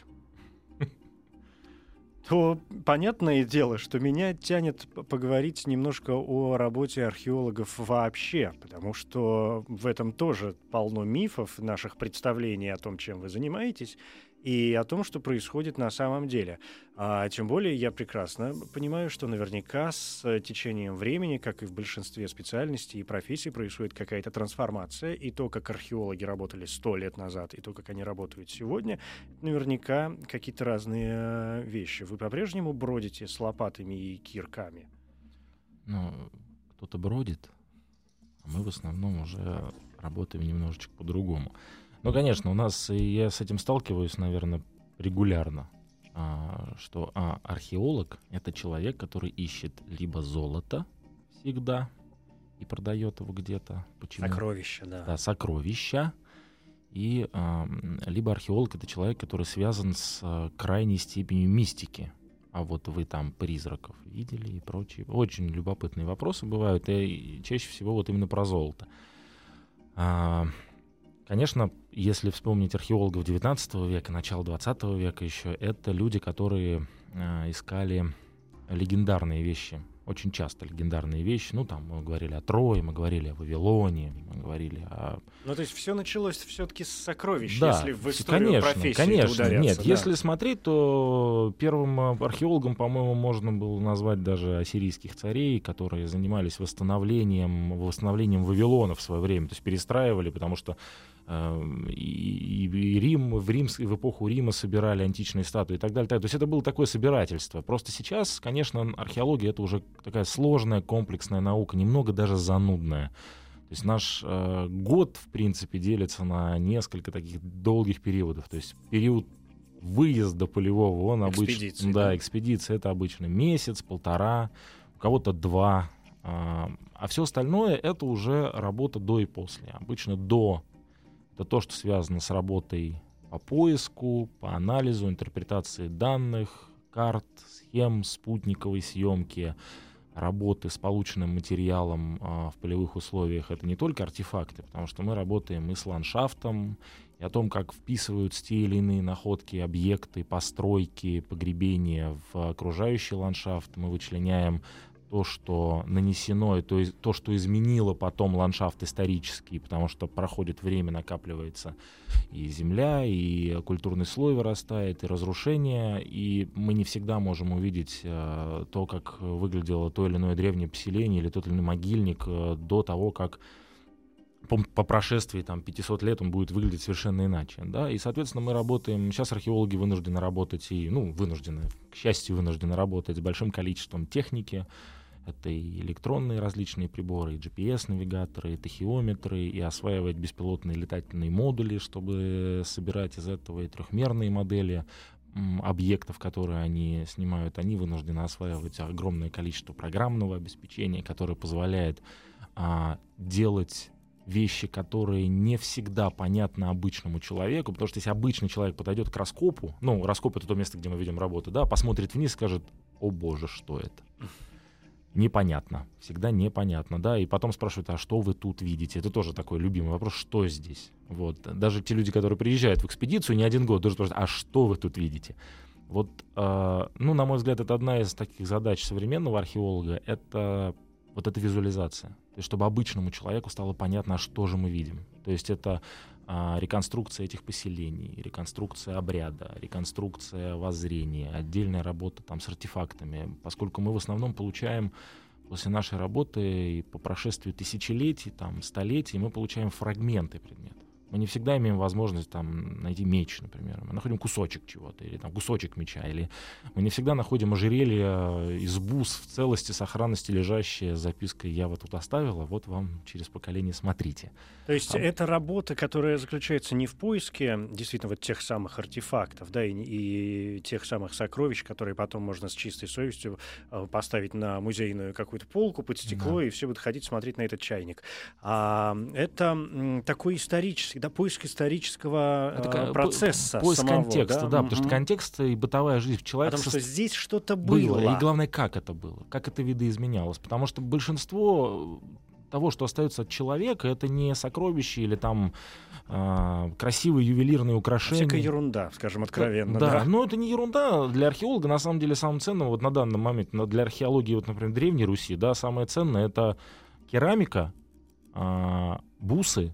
то понятное дело, что меня тянет поговорить немножко о работе археологов вообще, потому что в этом тоже полно мифов, наших представлений о том, чем вы занимаетесь, и о том, что происходит на самом деле. А тем более я прекрасно понимаю, что наверняка с течением времени, как и в большинстве специальностей и профессий, происходит какая-то трансформация, и то, как археологи работали сто лет назад, и то, как они работают сегодня, наверняка какие-то разные вещи. Вы по-прежнему бродите с лопатами и кирками? Ну, кто-то бродит, а мы в основном уже работаем немножечко по-другому. Ну, конечно, у нас, и я с этим сталкиваюсь, наверное, регулярно, а, что а, археолог — это человек, который ищет либо золото всегда и продает его где-то. Почему? Сокровища, да. Да, сокровища. И а, либо археолог — это человек, который связан с а, крайней степенью мистики. А вот вы там призраков видели и прочие. Очень любопытные вопросы бывают, и чаще всего вот именно про золото. А, Конечно, если вспомнить археологов девятнадцатого века, начала двадцатого века еще, это люди, которые э, искали легендарные вещи. Очень часто легендарные вещи. Ну, там мы говорили о Трое, мы говорили о Вавилоне, мы говорили о... Ну, то есть все началось все-таки с сокровищ, да, если в историю конечно, профессии конечно. ударяться. Нет, да. если смотреть, то первым археологом, по-моему, можно было назвать даже ассирийских царей, которые занимались восстановлением, восстановлением Вавилона в свое время, то есть перестраивали, потому что И, и Рим, в, Рим, в эпоху Рима собирали античные статуи и так далее. То есть это было такое собирательство. Просто сейчас, конечно, археология — это уже такая сложная, комплексная наука, немного даже занудная. То есть наш э, год, в принципе, делится на несколько таких долгих периодов. То есть период выезда полевого, он обычно... Да, экспедиция — это обычно месяц, полтора, у кого-то два. А, а все остальное — это уже работа до и после. Обычно до — это то, что связано с работой по поиску, по анализу, интерпретации данных, карт, схем, спутниковой съемки, работы с полученным материалом а, в полевых условиях. Это не только артефакты, потому что мы работаем и с ландшафтом, и о том, как вписываются те или иные находки, объекты, постройки, погребения в окружающий ландшафт. Мы вычленяем то, что нанесено, и то, то, что изменило потом ландшафт исторический, потому что проходит время, накапливается и земля, и культурный слой вырастает, и разрушение, и мы не всегда можем увидеть э, то, как выглядело то или иное древнее поселение или тот или иной могильник э, до того, как по, по прошествии там, пятьсот лет он будет выглядеть совершенно иначе. Да? И, соответственно, мы работаем, сейчас археологи вынуждены работать, и, ну, вынуждены, к счастью, вынуждены работать с большим количеством техники. Это и электронные различные приборы, и джи пи эс-навигаторы, и тахиометры, и осваивать беспилотные летательные модули, чтобы собирать из этого и трехмерные модели м, объектов, которые они снимают, они вынуждены осваивать огромное количество программного обеспечения, которое позволяет а, делать вещи, которые не всегда понятны обычному человеку, потому что если обычный человек подойдет к раскопу, ну, раскоп — это то место, где мы ведем работу, да, посмотрит вниз и скажет: «О боже, что это?» Непонятно, всегда непонятно, да, и потом спрашивают: а что вы тут видите? Это тоже такой любимый вопрос: что здесь? Вот, даже те люди, которые приезжают в экспедицию не один год, тоже спрашивают: а что вы тут видите? Вот, э, ну, на мой взгляд, это одна из таких задач современного археолога, это вот эта визуализация, то есть чтобы обычному человеку стало понятно, а что же мы видим. То есть это а, реконструкция этих поселений, реконструкция обряда, реконструкция воззрения, отдельная работа там с артефактами, поскольку мы в основном получаем после нашей работы и по прошествии тысячелетий, там, столетий, мы получаем фрагменты предметов. Мы не всегда имеем возможность там найти меч, например. Мы находим кусочек чего-то, или там кусочек меча, или мы не всегда находим ожерелье из бус в целости, сохранности, лежащее с запиской: «Я вот тут оставила, вот вам через поколение смотрите». То есть Там... это работа, которая заключается не в поиске действительно вот тех самых артефактов, да, и, и тех самых сокровищ, которые потом можно с чистой совестью э, поставить на музейную какую-то полку под стекло, да, и все будут ходить смотреть на этот чайник. А, это м, такой исторический, да, поиск исторического э, это, процесса поиск самого, контекста, да, да, потому что контекст и бытовая жизнь человека. Потому что здесь что-то было. было. И главное, как это было, как это видоизменялось. Потому что большинство того, что остается от человека, это не сокровища или там э, красивые ювелирные украшения. Всякая ерунда, скажем откровенно. Да, да, но это не ерунда. Для археолога, на самом деле, самым ценным вот на данный момент, для археологии, вот, например, Древней Руси, да, самое ценное — это керамика, э, бусы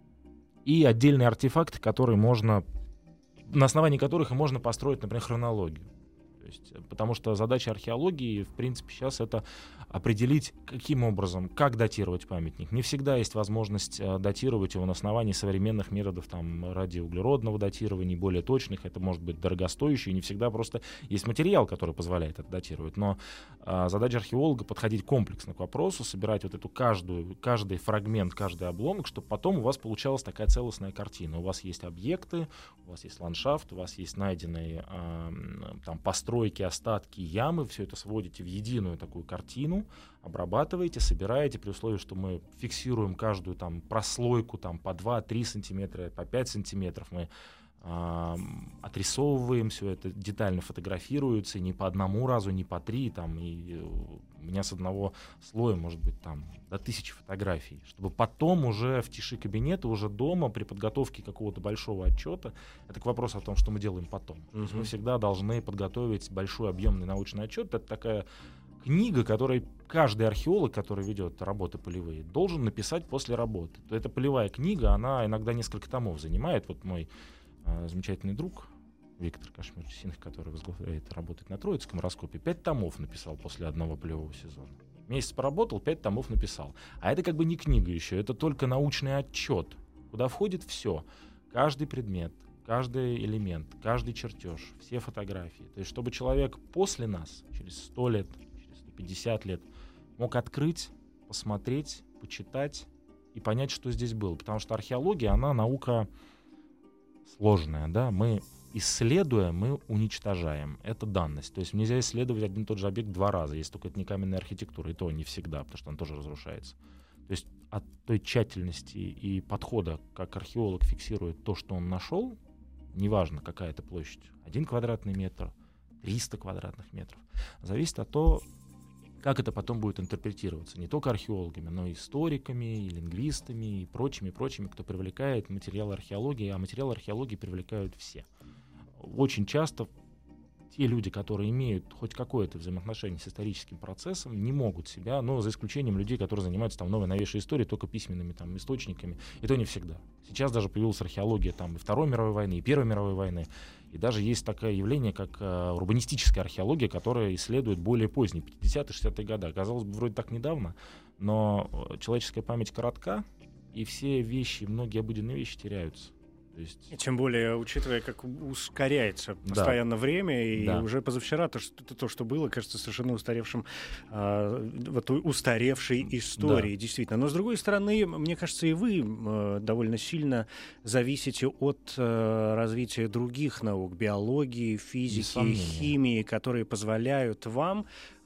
и отдельные артефакты, которые можно, на основании которых и можно построить, например, хронологию. То есть, потому что задача археологии, в принципе, сейчас это определить, каким образом, как датировать памятник. Не всегда есть возможность э, датировать его на основании современных методов там, радиоуглеродного датирования, более точных. Это может быть дорогостоящее, и не всегда просто есть материал, который позволяет это датировать. Но э, задача археолога — подходить комплексно к вопросу, собирать вот эту каждую, каждый фрагмент, каждый обломок, чтобы потом у вас получалась такая целостная картина. У вас есть объекты, у вас есть ландшафт, у вас есть найденные э, там, постройки, остатки, ямы. Все это сводите в единую такую картину, обрабатываете, собираете, при условии, что мы фиксируем каждую там прослойку там, по два-три сантиметра, по пять сантиметров. Мы э, отрисовываем все это, детально фотографируется, не по одному разу, не по три. Там, и у меня с одного слоя может быть там, до тысячи фотографий, чтобы потом уже в тиши кабинета, уже дома, при подготовке какого-то большого отчета, это к вопросу о том, что мы делаем потом. Mm-hmm. То есть мы всегда должны подготовить большой объемный научный отчет. Это такая книга, которую каждый археолог, который ведет работы полевые, должен написать после работы. То эта полевая книга, она иногда несколько томов занимает. Вот мой э, замечательный друг Виктор Кашмир-Синх, который возглавляет, работает на Троицком раскопе, пять томов написал после одного полевого сезона. Месяц поработал, пять томов написал. А это как бы не книга еще, это только научный отчет, куда входит все. Каждый предмет, каждый элемент, каждый чертеж, все фотографии. То есть чтобы человек после нас, через сто лет, пятьдесят лет, мог открыть, посмотреть, почитать и понять, что здесь было. Потому что археология, она наука сложная, да, мы исследуя, мы уничтожаем. Это данность. То есть нельзя исследовать один и тот же объект два раза, если только это не каменная архитектура, и то не всегда, потому что она тоже разрушается. То есть от той тщательности и подхода, как археолог фиксирует то, что он нашел, неважно, какая это площадь, один квадратный метр, триста квадратных метров, зависит от того, как это потом будет интерпретироваться не только археологами, но и историками, и лингвистами, и прочими, прочими, кто привлекает материалы археологии, а материалы археологии привлекают все. Очень часто те люди, которые имеют хоть какое-то взаимоотношение с историческим процессом, не могут себя, но за исключением людей, которые занимаются там новой новейшей историей, только письменными там источниками, и то не всегда. Сейчас даже появилась археология там и Второй мировой войны, и Первой мировой войны. И даже есть такое явление, как э, урбанистическая археология, которая исследует более поздние, пятидесятые-шестидесятые годы. Казалось бы, вроде так недавно, но человеческая память коротка, и все вещи, многие обыденные вещи теряются. То То есть... И тем более, учитывая, как ускоряется постоянно да. время, и да. уже позавчера то что, то, что было, кажется совершенно устаревшим, э, вот устаревшей историей, да. действительно. Но, с другой стороны, мне кажется, и вы э, довольно сильно зависите от э, развития других наук, биологии, физики, химии, которые позволяют вам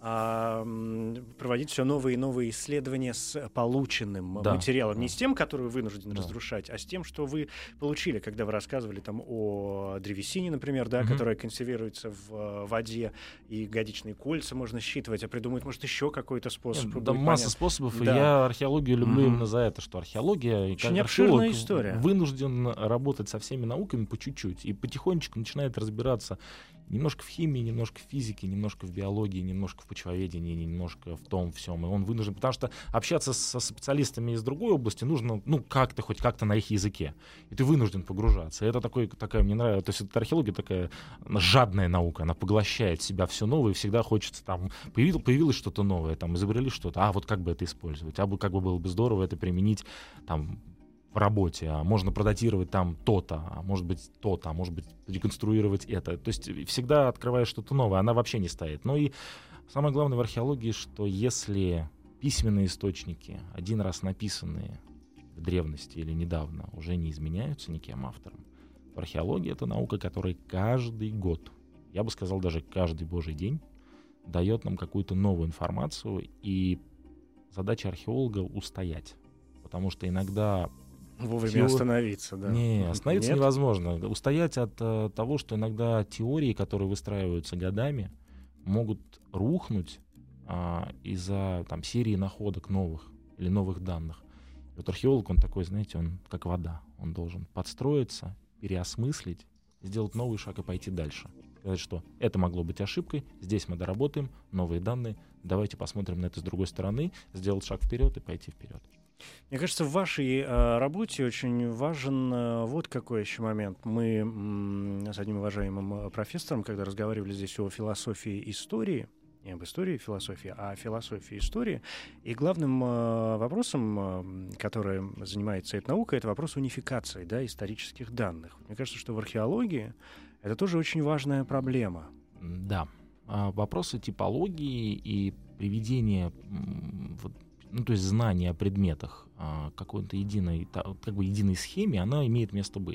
проводить все новые и новые исследования с полученным да. материалом. Не с тем, который вы вынуждены да. разрушать, а с тем, что вы получили, когда вы рассказывали там о древесине, например, да, mm-hmm. которая консервируется в воде, и годичные кольца можно считывать, а придумать, может, еще какой-то способ. Да, масса способов. Да. Я археологию люблю mm-hmm. именно за это, что археология, очень обширная история. Вынужден работать со всеми науками по чуть-чуть, и потихонечку начинает разбираться немножко в химии, немножко в физике, немножко в биологии, немножко в почвоведении, немножко в том всем. И он вынужден, потому что общаться со специалистами из другой области нужно, ну, как-то, хоть как-то на их языке. И ты вынужден погружаться. И это такой, такая, мне нравится, то есть это археология такая жадная наука, она поглощает в себя все новое, и всегда хочется там, появилось, появилось что-то новое, там, изобрели что-то, а вот как бы это использовать, а бы как бы было бы здорово это применить, там, в работе, а можно продатировать там то-то, а может быть то-то, а может быть реконструировать это. То есть всегда открываешь что-то новое, она вообще не стоит. Ну и самое главное в археологии, что если письменные источники, один раз написанные в древности или недавно, уже не изменяются никем автором, то археология — это наука, которая каждый год, я бы сказал, даже каждый божий день дает нам какую-то новую информацию, и задача археолога — устоять. Потому что иногда вовремя теор... остановиться, да. Не, остановиться Нет? невозможно. Устоять от uh, того, что иногда теории, которые выстраиваются годами, могут рухнуть uh, из-за там, серии находок новых или новых данных. И вот археолог, он такой, знаете, он как вода. Он должен подстроиться, переосмыслить, сделать новый шаг и пойти дальше. Сказать, что это могло быть ошибкой, здесь мы доработаем, новые данные, давайте посмотрим на это с другой стороны, сделать шаг вперед и пойти вперед. Мне кажется, в вашей э, работе очень важен э, вот какой еще момент. Мы м, с одним уважаемым профессором, когда разговаривали здесь о философии истории, не об истории философии, а о философии истории, и главным э, вопросом, э, который занимается эта наука, это вопрос унификации, да, исторических данных. Мне кажется, что в археологии это тоже очень важная проблема. Да. Вопросы типологии и приведения вот, ну, то есть знание о предметах а, какой-то единой, как бы единой схеме, она имеет место быть.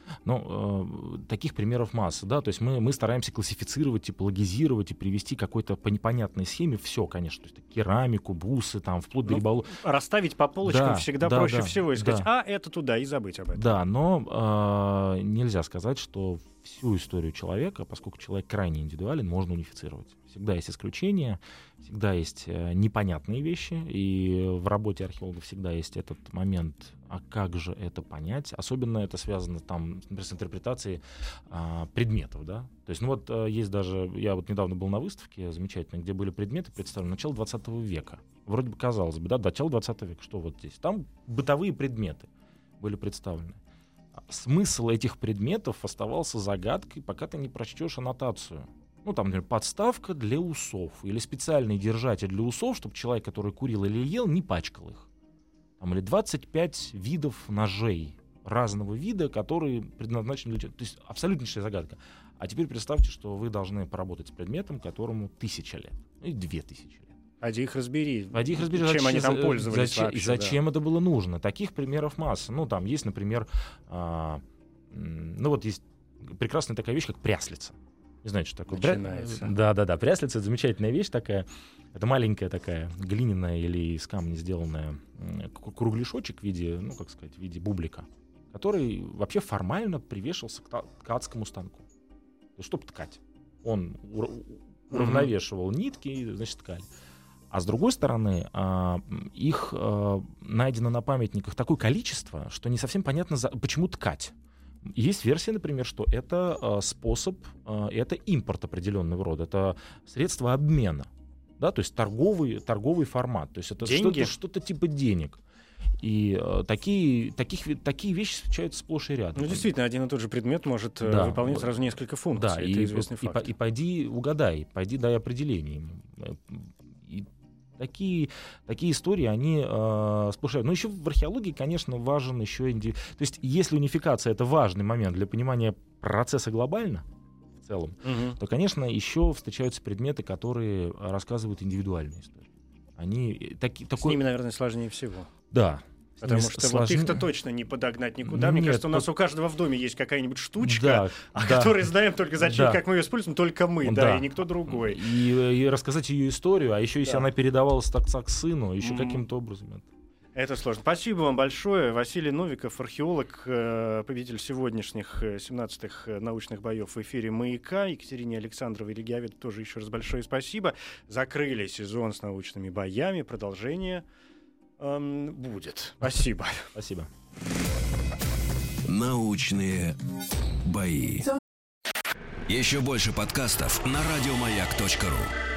Но э, таких примеров масса, да, то есть мы, мы стараемся классифицировать, типологизировать и привести какой-то по непонятной схеме все, конечно, то есть керамику, бусы, там, вплоть до риболовли. Ну, расставить по полочкам да, всегда да, проще да, всего и сказать, да. а, это туда, и забыть об этом. Да, но э, нельзя сказать, что всю историю человека, поскольку человек крайне индивидуален, можно унифицировать. Всегда есть исключения, всегда есть э, непонятные вещи, и в работе археолога всегда есть этот момент, а как же это понять? Особенно это связано там, например, с интерпретацией э, предметов, да. То есть, ну вот э, есть даже, я вот недавно был на выставке замечательной, где были предметы представлены начала двадцатого века. Вроде бы казалось бы, да, начало двадцатого века, что вот здесь? Там бытовые предметы были представлены. Смысл этих предметов оставался загадкой, пока ты не прочтешь аннотацию. Ну, там, например, подставка для усов или специальный держатель для усов, чтобы человек, который курил или ел, не пачкал их. Там, или двадцать пять видов ножей разного вида, которые предназначены для... То есть абсолютнейшая загадка. А теперь представьте, что вы должны поработать с предметом, которому тысяча лет, ну и две тысячи лет. Пойди их разбери. Пойди их разбери, чем зачем, они там пользовались зачем, вообще. Зачем да. это было нужно? Таких примеров масса. Ну, там есть, например, а, ну вот есть прекрасная такая вещь, как пряслица. Не знаю, что такое. Начинается. Да-да-да, пряслица — это замечательная вещь такая. Это маленькая такая глиняная или из камня сделанная кругляшочек в виде, ну, как сказать, в виде бублика, который вообще формально привешивался к ткацкому станку. То есть, чтобы ткать. Он уравновешивал нитки и, значит, ткали. А с другой стороны, их найдено на памятниках такое количество, что не совсем понятно, почему ткать. Есть версия, например, что это способ, это импорт определенного рода, это средство обмена, да, то есть торговый, торговый формат, то есть это что-то, что-то типа денег. И э, такие, таких, такие вещи встречаются сплошь и рядом. Ну, действительно, один и тот же предмет может да, выполнять сразу несколько функций. Да, это и, известный и, факт. И, и пойди угадай, пойди дай определение ему. И Такие, такие истории, они э, сплошают. Но еще в археологии, конечно, важен еще индивид. То есть если унификация — это важный момент для понимания процесса глобально, в целом, угу. то, конечно, еще встречаются предметы, которые рассказывают индивидуальные истории. Они, таки, С такой... ними, наверное, сложнее всего. Да. Потому что сложнее... вот их-то точно не подогнать никуда. Мне Нет, кажется, у нас по... у каждого в доме есть какая-нибудь штучка, да, о да. которой знаем только зачем, да. как мы ее используем, только мы, да, да и никто другой. И, и рассказать ее историю, а еще если да. она передавалась так к сыну, еще mm-hmm. каким-то образом. Это сложно. Спасибо вам большое. Василий Новиков, археолог, победитель сегодняшних семнадцатых научных боев в эфире «Маяка». Екатерине Александровой Легиавет тоже еще раз большое спасибо. Закрыли сезон с научными боями. Продолжение эм, будет. Спасибо. Спасибо. Научные бои. Еще больше подкастов на радиомаяк точка ру.